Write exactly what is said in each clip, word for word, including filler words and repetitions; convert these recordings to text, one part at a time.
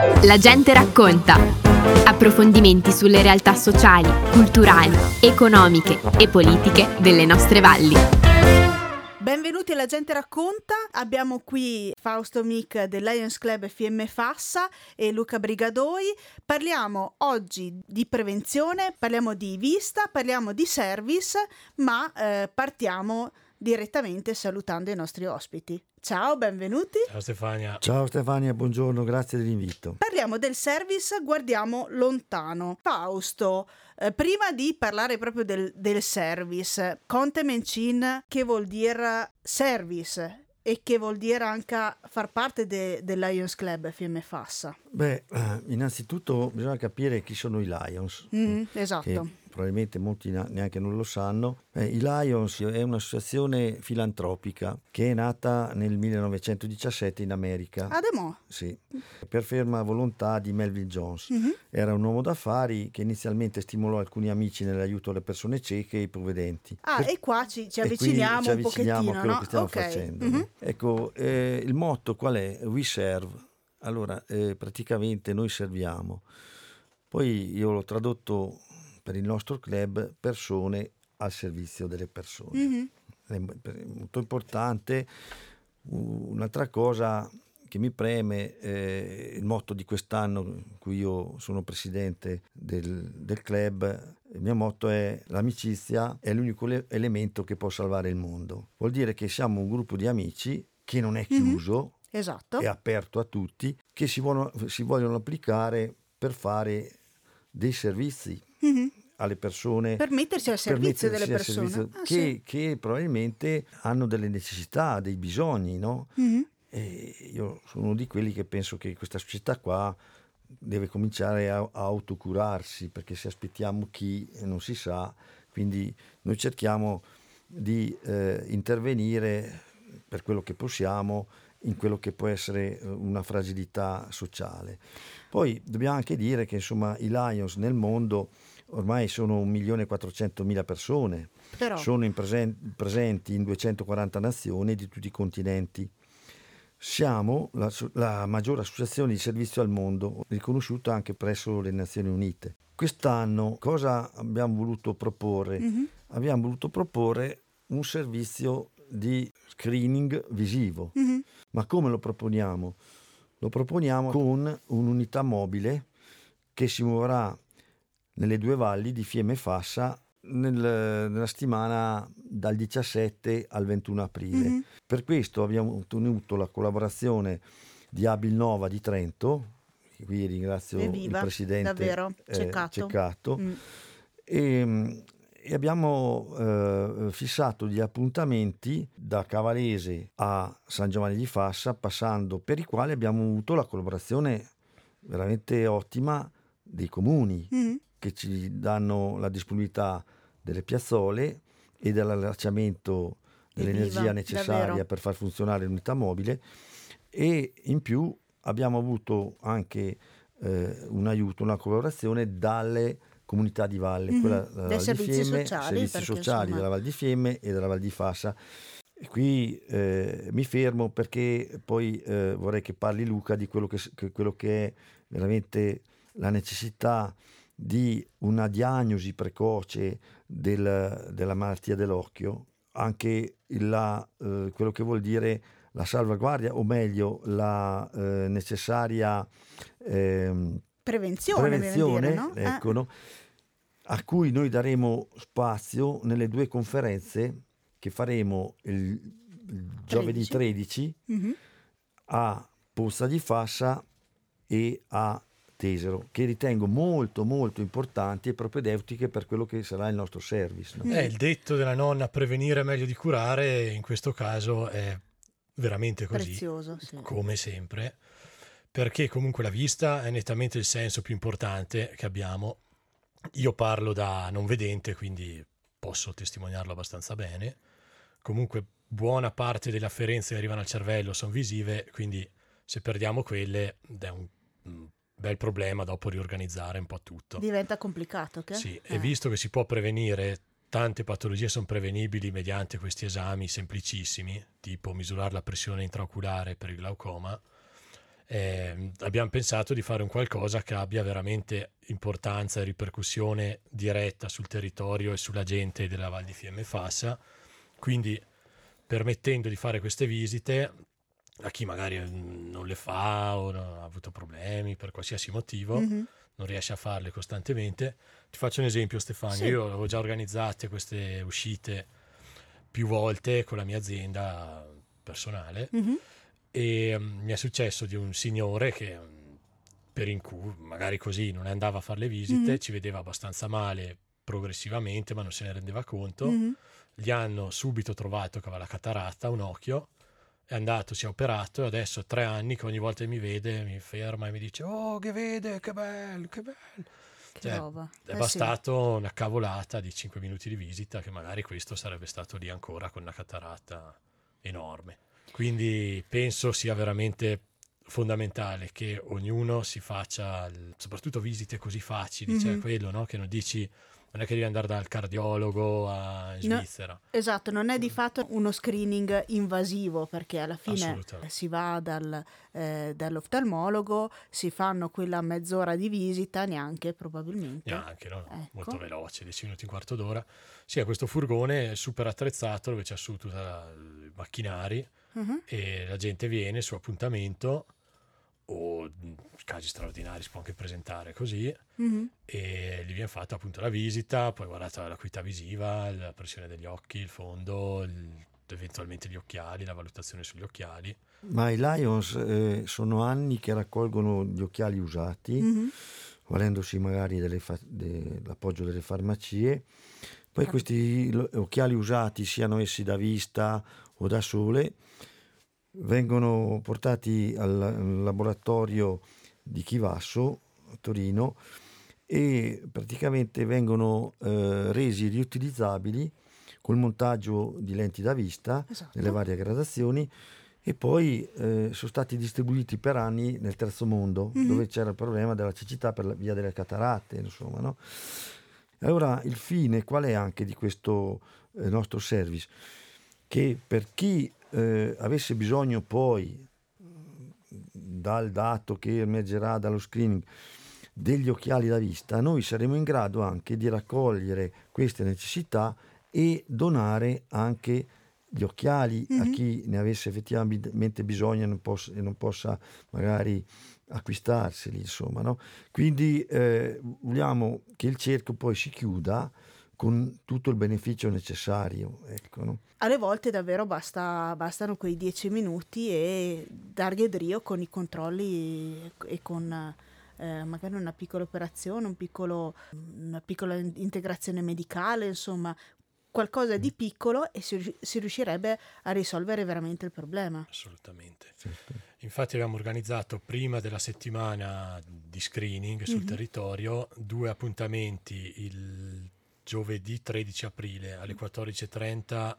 La gente racconta. Approfondimenti sulle realtà sociali, culturali, economiche e politiche delle nostre valli. Benvenuti alla Gente Racconta, abbiamo qui Fausto Mic del Lions Club F M Fassa e Luca Brigadoi. Parliamo oggi di prevenzione, parliamo di vista, parliamo di service, ma eh, partiamo direttamente salutando i nostri ospiti. Ciao, benvenuti. Ciao Stefania. Ciao Stefania, buongiorno, grazie dell'invito. Parliamo del service, guardiamo lontano. Fausto, eh, prima di parlare proprio del, del service, conte mencin che vuol dire service e che vuol dire anche far parte de, del Lions Club F M Fassa? Beh, innanzitutto bisogna capire chi sono i Lions. Mm, esatto. Che probabilmente molti neanche non lo sanno. Eh, I Lions è un'associazione filantropica che è nata nel millenovecentodiciassette in America. Ah, demo? Sì, per ferma volontà di Melville Jones. Mm-hmm. Era un uomo d'affari che inizialmente stimolò alcuni amici nell'aiuto alle persone cieche e ipovedenti. Ah, per... e qua ci, ci e avviciniamo ci un avviciniamo pochettino, a quello no? che stiamo Okay. facendo. Mm-hmm. No? Ecco, eh, il motto qual è? We serve. Allora, eh, praticamente noi serviamo. Poi io l'ho tradotto per il nostro club, persone al servizio delle persone. Mm-hmm. È molto importante. Un'altra cosa che mi preme, eh, il motto di quest'anno in cui io sono presidente del, del club, il mio motto è: l'amicizia è l'unico le- elemento che può salvare il mondo. Vuol dire che siamo un gruppo di amici che non è chiuso, mm-hmm. Esatto. è aperto a tutti, che si, vogliono, si vogliono applicare per fare dei servizi Mm-hmm. alle persone, Per mettersi al servizio per delle mettersi al persone. servizio, Ah, che, sì. che probabilmente hanno delle necessità, dei bisogni, no? Mm-hmm. E io sono uno di quelli che penso che questa società qua deve cominciare a, a autocurarsi, perché se aspettiamo chi non si sa, quindi noi cerchiamo di eh, intervenire per quello che possiamo in quello che può essere una fragilità sociale. Poi dobbiamo anche dire che insomma i Lions nel mondo ormai sono un milione e quattrocentomila persone, Però. sono in presen- presenti in duecentoquaranta nazioni di tutti i continenti. Siamo la, la maggiore associazione di servizio al mondo, riconosciuta anche presso le Nazioni Unite. Quest'anno cosa abbiamo voluto proporre? Mm-hmm. Abbiamo voluto proporre un servizio di screening visivo. Mm-hmm. Ma come lo proponiamo? Lo proponiamo con un'unità mobile che si muoverà nelle due valli di Fiemme e Fassa nel, nella settimana dal diciassette al ventuno aprile. Mm-hmm. Per questo abbiamo ottenuto la collaborazione di Abilnova di Trento, qui ringrazio Evviva, il presidente davvero, eh, Ceccato. Ceccato, Mm. e, e abbiamo eh, fissato gli appuntamenti da Cavalese a San Giovanni di Fassa, passando per i quali abbiamo avuto la collaborazione veramente ottima dei comuni, Mm. che ci danno la disponibilità delle piazzole e dell'allacciamento dell'energia Evviva, necessaria davvero. per far funzionare l'unità mobile, e in più abbiamo avuto anche eh, un aiuto, una collaborazione dalle comunità di valle, Mm-hmm. quella della Dei Val di servizi Fiemme, sociali, servizi perché, sociali insomma... della Val di Fiemme e della Val di Fassa. E qui eh, mi fermo perché poi eh, vorrei che parli Luca di quello che, che, quello che è veramente la necessità di una diagnosi precoce del, della malattia dell'occhio, anche la, eh, quello che vuol dire la salvaguardia, o meglio la eh, necessaria eh, Prevenzione, prevenzione, dire, no? ecco, Eh. no? A cui noi daremo spazio nelle due conferenze che faremo il, il giovedì tredici Mm-hmm. a Pozza di Fassa e a Tesero, che ritengo molto molto importanti e propedeutiche per quello che sarà il nostro service, no? Eh, il detto della nonna prevenire è meglio di curare, in questo caso è veramente così, Prezioso, sì. come sempre, perché comunque la vista è nettamente il senso più importante che abbiamo. Io parlo da non vedente, quindi posso testimoniarlo abbastanza bene. Comunque buona parte delle afferenze che arrivano al cervello sono visive, quindi se perdiamo quelle è un un bel problema dopo riorganizzare un po' tutto. Diventa complicato, che? Sì, Eh. e visto che si può prevenire, tante patologie sono prevenibili mediante questi esami semplicissimi, tipo misurare la pressione intraoculare per il glaucoma, eh, abbiamo pensato di fare un qualcosa che abbia veramente importanza e ripercussione diretta sul territorio e sulla gente della Val di Fiemme Fassa, quindi permettendo di fare queste visite a chi magari non le fa o non ha avuto problemi per qualsiasi motivo, mm-hmm. non riesce a farle costantemente. Ti faccio un esempio, Stefania. Sì. Io avevo già organizzate queste uscite più volte con la mia azienda personale, mm-hmm. e um, mi è successo di un signore che um, per incur- magari così non andava a fare le visite, mm-hmm. ci vedeva abbastanza male progressivamente ma non se ne rendeva conto, mm-hmm. gli hanno subito trovato che aveva la cataratta, un occhio, è andato, si è operato e adesso ha tre anni che ogni volta che mi vede mi ferma e mi dice oh che vede, che bello, che bello. Che cioè, roba. È eh bastato sì. una cavolata di cinque minuti di visita che magari questo sarebbe stato lì ancora con una cataratta enorme. Quindi penso sia veramente fondamentale che ognuno si faccia, soprattutto visite così facili, mm-hmm. cioè quello, no? Che non dici, non è che devi andare dal cardiologo a, in Svizzera. No, esatto, non è di fatto uno screening invasivo, perché alla fine si va dal, eh, dall'oftalmologo, si fanno quella mezz'ora di visita, neanche probabilmente. Neanche, no? Ecco. Molto veloce, dieci minuti, un quarto d'ora. Sì, è questo furgone super attrezzato dove c'è su tutti i macchinari, uh-huh. e la gente viene su appuntamento o casi straordinari si può anche presentare così, mm-hmm. e gli viene fatta appunto la visita, poi guardata l'acuità visiva, la pressione degli occhi, il fondo, il, eventualmente gli occhiali, la valutazione sugli occhiali. Ma i Lions eh, sono anni che raccolgono gli occhiali usati, mm-hmm. valendosi magari delle fa- dell'appoggio delle farmacie, poi questi occhiali usati, siano essi da vista o da sole, vengono portati al laboratorio di Chivasso a Torino e praticamente vengono eh, resi riutilizzabili col montaggio di lenti da vista, esatto. nelle varie gradazioni, e poi eh, sono stati distribuiti per anni nel terzo mondo, mm-hmm. dove c'era il problema della cecità per la via delle cataratte, insomma, no? Allora il fine qual è anche di questo eh, nostro service? Che per chi Eh, avesse bisogno poi, dal dato che emergerà dallo screening, degli occhiali da vista, noi saremo in grado anche di raccogliere queste necessità e donare anche gli occhiali mm-hmm. a chi ne avesse effettivamente bisogno e non possa, e non possa magari acquistarseli, insomma, no? Quindi eh, vogliamo che il cerchio poi si chiuda con tutto il beneficio necessario, ecco, no? Alle volte davvero basta, bastano quei dieci minuti e darghe con i controlli e con eh, magari una piccola operazione, un piccolo, una piccola integrazione medicale, insomma qualcosa di piccolo, e si, si riuscirebbe a risolvere veramente il problema. Assolutamente. Certo. Infatti abbiamo organizzato prima della settimana di screening sul mm-hmm. territorio due appuntamenti, il giovedì tredici aprile alle quattordici e trenta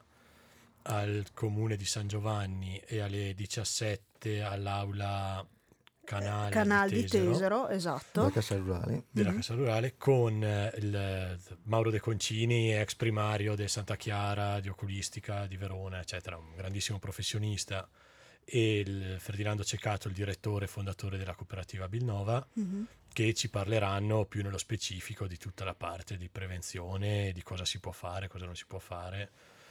al comune di San Giovanni e alle diciassette all'aula Canale Canal di Tesero, di Tesero, esatto, della Cassa Rurale, della mm-hmm. Cassa Rurale, con il Mauro De Concini, ex primario del Santa Chiara di Oculistica di Verona, eccetera, un grandissimo professionista, e il Ferdinando Ceccato, il direttore e fondatore della cooperativa Bilnova, mm-hmm. che ci parleranno più nello specifico di tutta la parte di prevenzione, di cosa si può fare, cosa non si può fare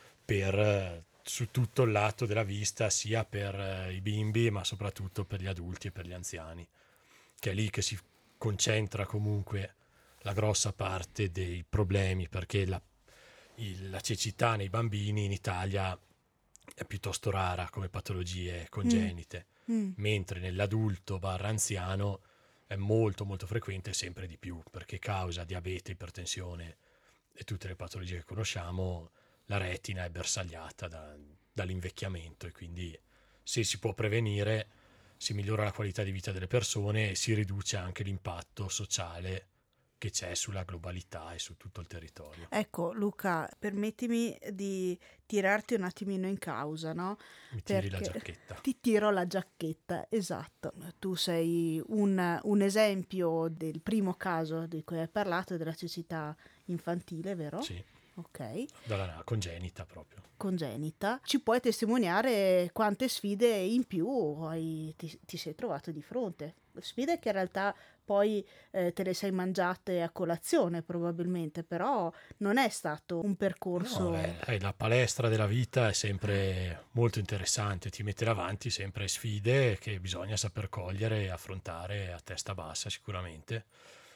per su tutto il lato della vista, sia per i bimbi ma soprattutto per gli adulti e per gli anziani, che è lì che si concentra comunque la grossa parte dei problemi, perché la, il, la cecità nei bambini in Italia è piuttosto rara come patologie congenite, mm. Mm. mentre nell'adulto barra anziano è molto molto frequente e sempre di più, perché causa diabete, ipertensione e tutte le patologie che conosciamo, la retina è bersagliata da, dall'invecchiamento, e quindi se si può prevenire si migliora la qualità di vita delle persone e si riduce anche l'impatto sociale che c'è sulla globalità e su tutto il territorio. Ecco Luca, permettimi di tirarti un attimino in causa, no? Mi tiri Perché la giacchetta. Ti tiro la giacchetta, esatto. Tu sei un, un esempio del primo caso di cui hai parlato, della cecità infantile, vero? Sì. Ok. Dalla congenita proprio. Congenita. Ci puoi testimoniare quante sfide in più hai, ti, ti sei trovato di fronte? Sfide che in realtà poi eh, te le sei mangiate a colazione probabilmente, però non è stato un percorso... No, eh, eh, la palestra della vita è sempre molto interessante, ti mette davanti sempre sfide che bisogna saper cogliere e affrontare a testa bassa sicuramente,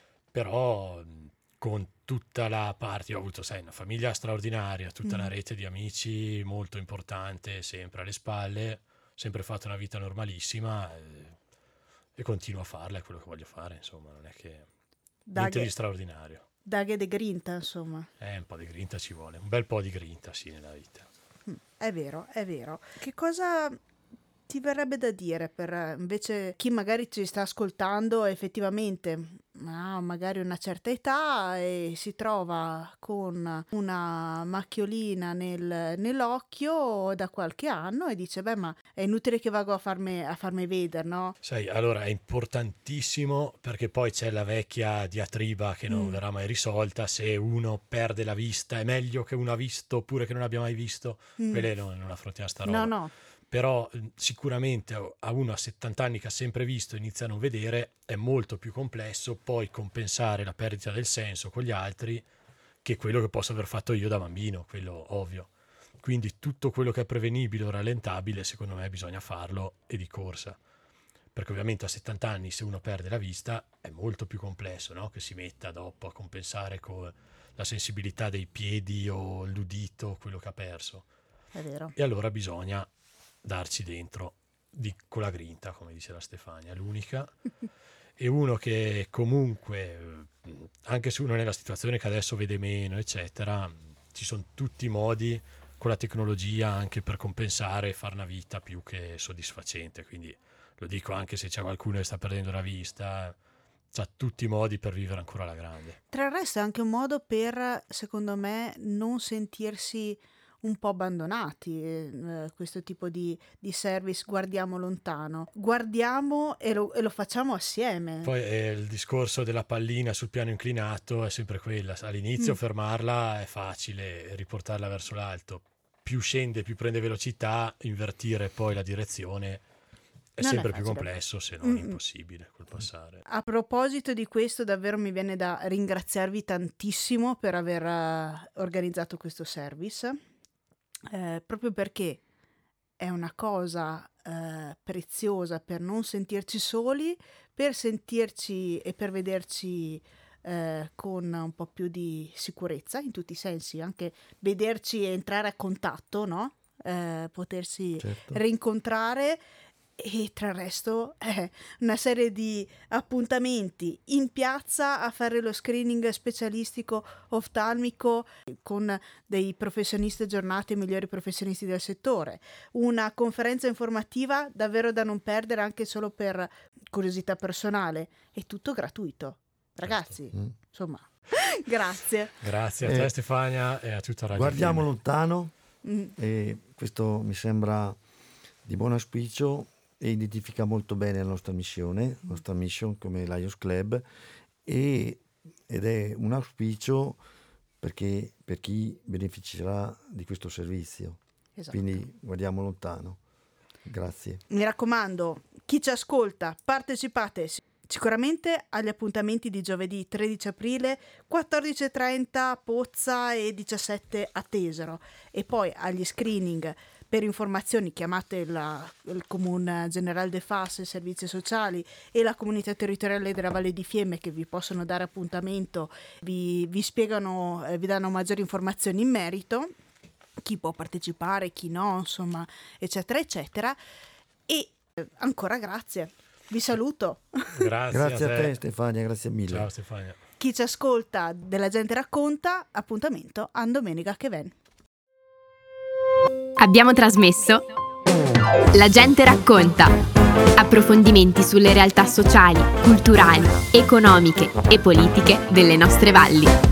però con tutta la parte, io ho avuto, sai, una famiglia straordinaria, tutta Mm. una rete di amici molto importante sempre alle spalle, sempre fatto una vita normalissima e, e continuo a farla, è quello che voglio fare, insomma, non è che niente di Daghe, straordinario. daghe de grinta, insomma. Eh, un po' di grinta ci vuole, un bel po' di grinta, sì, nella vita. Mm, È vero, è vero. Che cosa ti verrebbe da dire per eh, invece chi magari ci sta ascoltando effettivamente ha magari una certa età e si trova con una macchiolina nel- nell'occhio da qualche anno e dice beh ma è inutile che vado a farmi, a farmi vedere, no? Sai, allora è importantissimo perché poi c'è la vecchia diatriba che non Mm. verrà mai risolta, se uno perde la vista è meglio che uno ha visto oppure che non abbia mai visto, Mm. quelle non, non affrontiamo sta roba. No, no. Però eh, sicuramente a uno a settanta anni che ha sempre visto e inizia a non vedere è molto più complesso poi compensare la perdita del senso con gli altri che quello che posso aver fatto io da bambino, quello ovvio. Quindi tutto quello che è prevenibile o rallentabile secondo me bisogna farlo e di corsa, perché ovviamente a settanta anni se uno perde la vista è molto più complesso, no? Che si metta dopo a compensare con la sensibilità dei piedi o l'udito, quello che ha perso. È vero. E allora bisogna darci dentro di, con la grinta, come dice la Stefania, l'unica. E uno che comunque, anche se uno è nella situazione che adesso vede meno, eccetera, ci sono tutti i modi con la tecnologia anche per compensare e fare una vita più che soddisfacente. Quindi lo dico anche se c'è qualcuno che sta perdendo la vista, c'ha tutti i modi per vivere ancora alla grande. Tra il resto è anche un modo per, secondo me, non sentirsi un po' abbandonati, eh, questo tipo di, di service, guardiamo lontano, guardiamo e lo, e lo facciamo assieme. Poi eh, il discorso della pallina sul piano inclinato è sempre quella, all'inizio Mm. fermarla è facile, riportarla verso l'alto, più scende, più prende velocità, invertire poi la direzione è Non è sempre più facile. complesso, se non Mm-mm. impossibile col passare. A proposito di questo, davvero mi viene da ringraziarvi tantissimo per aver eh, organizzato questo service, eh, proprio perché è una cosa eh, preziosa per non sentirci soli, per sentirci e per vederci eh, con un po' più di sicurezza in tutti i sensi, anche vederci e entrare a contatto, no? Eh, potersi Certo. rincontrare. E tra il resto è una serie di appuntamenti in piazza a fare lo screening specialistico oftalmico con dei professionisti aggiornati, i migliori professionisti del settore, una conferenza informativa davvero da non perdere anche solo per curiosità personale, e tutto gratuito. Ragazzi, Mm. insomma, grazie. Grazie a Eh, te Stefania e a tutta Radio Guardiamo Fiume. lontano Mm, e questo mi sembra di buon auspicio e identifica molto bene la nostra missione, la nostra mission come Lions Club, e, ed è un auspicio perché per chi beneficerà di questo servizio. esatto. Quindi guardiamo lontano. Grazie. Mi raccomando, chi ci ascolta, partecipate sicuramente agli appuntamenti di giovedì tredici aprile, quattordici e trenta a Pozza e diciassette a Tesero, e poi agli screening. Per informazioni chiamate la, il Comune Generale de Fas, i servizi sociali e la comunità territoriale della Valle di Fiemme, che vi possono dare appuntamento, vi, vi spiegano, eh, vi danno maggiori informazioni in merito, chi può partecipare, chi no, insomma, eccetera, eccetera. E eh, ancora grazie. Vi saluto. Grazie, Grazie a te Stefania, grazie mille. Ciao Stefania. Chi ci ascolta della gente racconta, appuntamento a domenica che viene. Abbiamo trasmesso La gente racconta. Approfondimenti sulle realtà sociali, culturali, economiche e politiche delle nostre valli.